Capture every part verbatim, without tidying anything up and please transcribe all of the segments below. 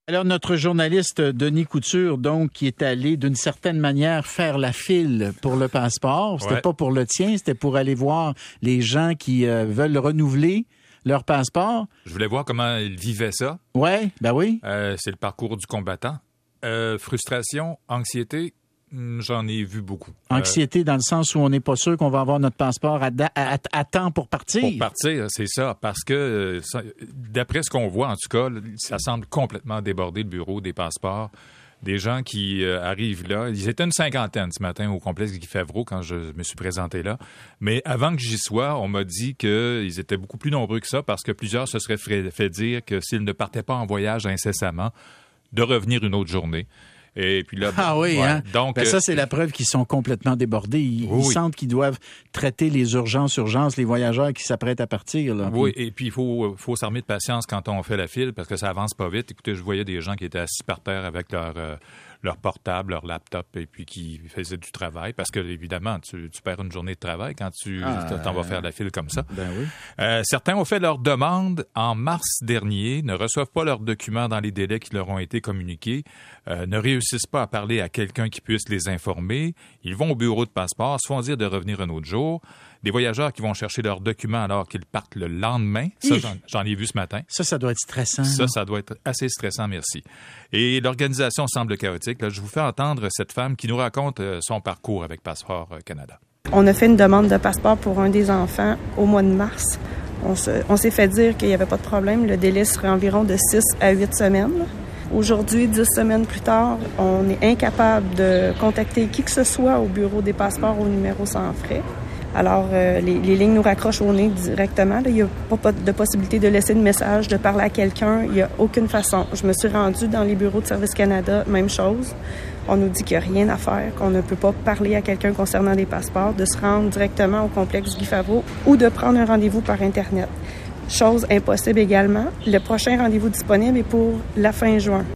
Alors, notre journaliste Denis Couture, donc, qui est allé d'une certaine manière faire la file pour le passeport. C'était ouais. pas pour le tien, c'était pour aller voir les gens qui euh, veulent renouveler leur passeport. Je voulais voir comment ils vivaient ça. Oui, ben oui. Euh, c'est le parcours du combattant. Euh, frustration, anxiété, j'en ai vu beaucoup. Anxiété euh, dans le sens où on n'est pas sûr qu'on va avoir notre passeport à, da- à, à temps pour partir. Pour partir, c'est ça. Parce que, ça, d'après ce qu'on voit, en tout cas, ça semble complètement déborder le bureau des passeports. Des gens qui euh, arrivent là. Ils étaient une cinquantaine ce matin au complexe Guy Favreau quand je me suis présenté là. Mais avant que j'y sois, on m'a dit qu'ils étaient beaucoup plus nombreux que ça parce que plusieurs se seraient fait dire que s'ils ne partaient pas en voyage incessamment, de revenir une autre journée. Et puis là, ah oui, ouais. hein? Donc, ben ça, c'est la preuve qu'ils sont complètement débordés. Ils, oui, ils sentent qu'ils doivent traiter les urgences, urgences, les voyageurs qui s'apprêtent à partir. Là. Oui, et puis il faut, faut s'armer de patience quand on fait la file parce que ça avance pas vite. Écoutez, je voyais des gens qui étaient assis par terre avec leur, euh, leur portable, leur laptop, et puis qui faisaient du travail parce que, évidemment, tu, tu perds une journée de travail quand tu ah, t'en vas faire la file comme ça. Ben oui. Euh, certains ont fait leur demande en mars dernier, ne reçoivent pas leurs documents dans les délais qui leur ont été communiqués, euh, ne réussissent pas à parler à quelqu'un qui puisse les informer. Ils vont au bureau de passeport, se font dire de revenir un autre jour. Des voyageurs qui vont chercher leurs documents alors qu'ils partent le lendemain. Ça, j'en, j'en ai vu ce matin. Ça, ça doit être stressant. Ça, là. ça doit être assez stressant, merci. Et l'organisation semble chaotique. Là, je vous fais entendre cette femme qui nous raconte son parcours avec Passeport Canada. On a fait une demande de passeport pour un des enfants au mois de mars. On, se, on s'est fait dire qu'il n'y avait pas de problème. Le délai serait environ de six à huit semaines. Aujourd'hui, dix semaines plus tard, on est incapable de contacter qui que ce soit au bureau des passeports au numéro sans frais. Alors, euh, les, les lignes nous raccrochent au nez directement. Il n'y a pas de possibilité de laisser de message, de parler à quelqu'un. Il n'y a aucune façon. Je me suis rendue dans les bureaux de Service Canada, même chose. On nous dit qu'il n'y a rien à faire, qu'on ne peut pas parler à quelqu'un concernant des passeports, de se rendre directement au complexe Guy Favreau ou de prendre un rendez-vous par Internet. Chose impossible également. Le prochain rendez-vous disponible est pour la fin juin.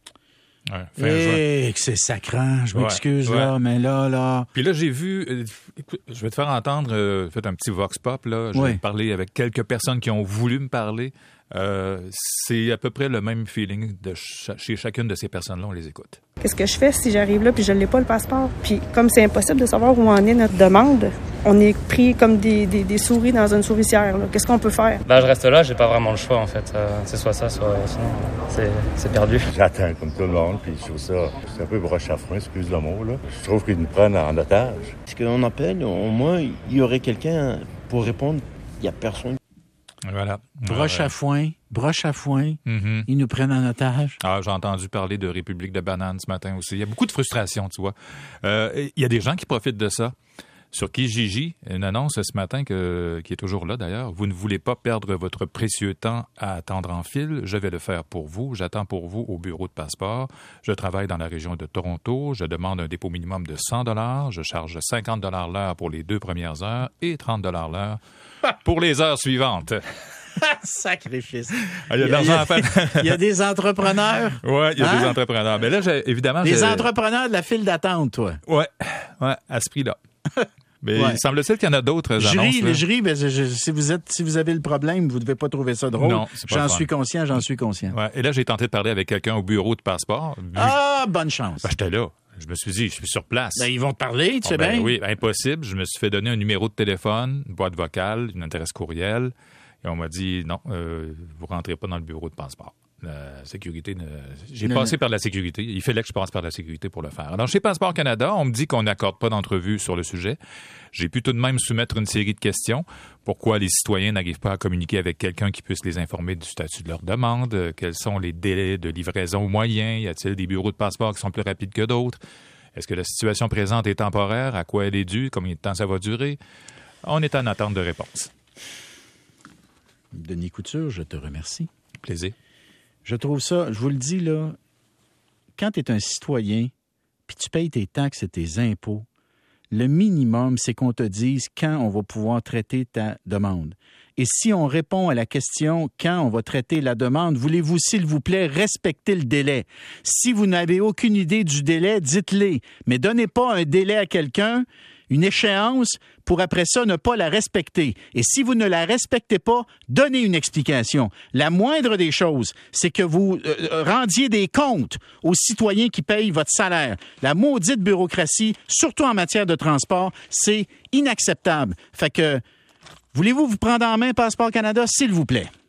Ouais, fin hey, juin. Que c'est sacrant, je m'excuse ouais, ouais. là, mais là, là... Puis là, j'ai vu, euh, écoute, je vais te faire entendre, euh, faites un petit vox pop, là, je oui. vais parler avec quelques personnes qui ont voulu me parler. Euh, c'est à peu près le même feeling de ch- chez chacune de ces personnes-là, on les écoute. Qu'est-ce que je fais si j'arrive là puis je n'ai pas le passeport? Puis comme c'est impossible de savoir où en est notre demande, on est pris comme des, des, des souris dans une souricière. Là. Qu'est-ce qu'on peut faire? Ben, je reste là, j'ai pas vraiment le choix en fait. Euh, c'est soit ça, soit sinon c'est, c'est perdu. J'attends comme tout le monde, puis je trouve ça c'est un peu broche à foin, excuse le mot. Là. Je trouve qu'ils nous prennent en otage. Est-ce qu'on appelle, au moins, il y aurait quelqu'un pour répondre, il n'y a personne. Voilà. Broche ouais. à foin, broche à foin, mm-hmm. ils nous prennent en otage. Ah, j'ai entendu parler de République de bananes ce matin aussi. Il y a beaucoup de frustration, tu vois. Euh, il y a des gens qui profitent de ça. Sur Kijiji, une annonce ce matin que, qui est toujours là d'ailleurs. Vous ne voulez pas perdre votre précieux temps à attendre en file. Je vais le faire pour vous. J'attends pour vous au bureau de passeport. Je travaille dans la région de Toronto. Je demande un dépôt minimum de cent dollars. Je charge cinquante dollars l'heure pour les deux premières heures et trente dollars l'heure pour les heures suivantes. Sacrifice. Ah, il y a de l'argent à faire. Il y a des entrepreneurs. Oui, il y a hein? des entrepreneurs. Mais là, j'ai, évidemment... Des j'ai... entrepreneurs de la file d'attente, toi. Oui, ouais, à ce prix-là. Mais ouais. Il semble-t-il qu'il y en a d'autres je annonces. Ris, là. Je ris, mais je, je, si, vous êtes, si vous avez le problème, vous ne devez pas trouver ça drôle. Non, c'est pas j'en le suis conscient, j'en suis conscient. Ouais. Et là, j'ai tenté de parler avec quelqu'un au bureau de passeport. Ah, bonne chance. Ben, j'étais là. Je me suis dit, je suis sur place. Ben, ils vont te parler, tu oh, sais ben, bien. Oui, impossible. Je me suis fait donner un numéro de téléphone, une boîte vocale, une adresse courriel. Et on m'a dit, non, euh, vous ne rentrez pas dans le bureau de passeport. La sécurité, ne... j'ai non, passé non. par la sécurité. Il fallait que je passe par la sécurité pour le faire. Alors, chez Passeport Canada, on me dit qu'on n'accorde pas d'entrevue sur le sujet. J'ai pu tout de même soumettre une série de questions. Pourquoi les citoyens n'arrivent pas à communiquer avec quelqu'un qui puisse les informer du statut de leur demande? Quels sont les délais de livraison moyens? Y a-t-il des bureaux de passeport qui sont plus rapides que d'autres? Est-ce que la situation présente est temporaire? À quoi elle est due? Combien de temps ça va durer? On est en attente de réponse. Denis Couture, je te remercie. Plaisir. Je trouve ça, je vous le dis là, quand tu es un citoyen, puis tu payes tes taxes et tes impôts, le minimum, c'est qu'on te dise quand on va pouvoir traiter ta demande. Et si on répond à la question quand on va traiter la demande, voulez-vous, s'il vous plaît, respecter le délai? Si vous n'avez aucune idée du délai, dites-le. Mais donnez pas un délai à quelqu'un une échéance pour après ça ne pas la respecter. Et si vous ne la respectez pas, donnez une explication. La moindre des choses, c'est que vous euh, rendiez des comptes aux citoyens qui payent votre salaire. La maudite bureaucratie, surtout en matière de transport, c'est inacceptable. Fait que, voulez-vous vous prendre en main Passeport Canada, s'il vous plaît?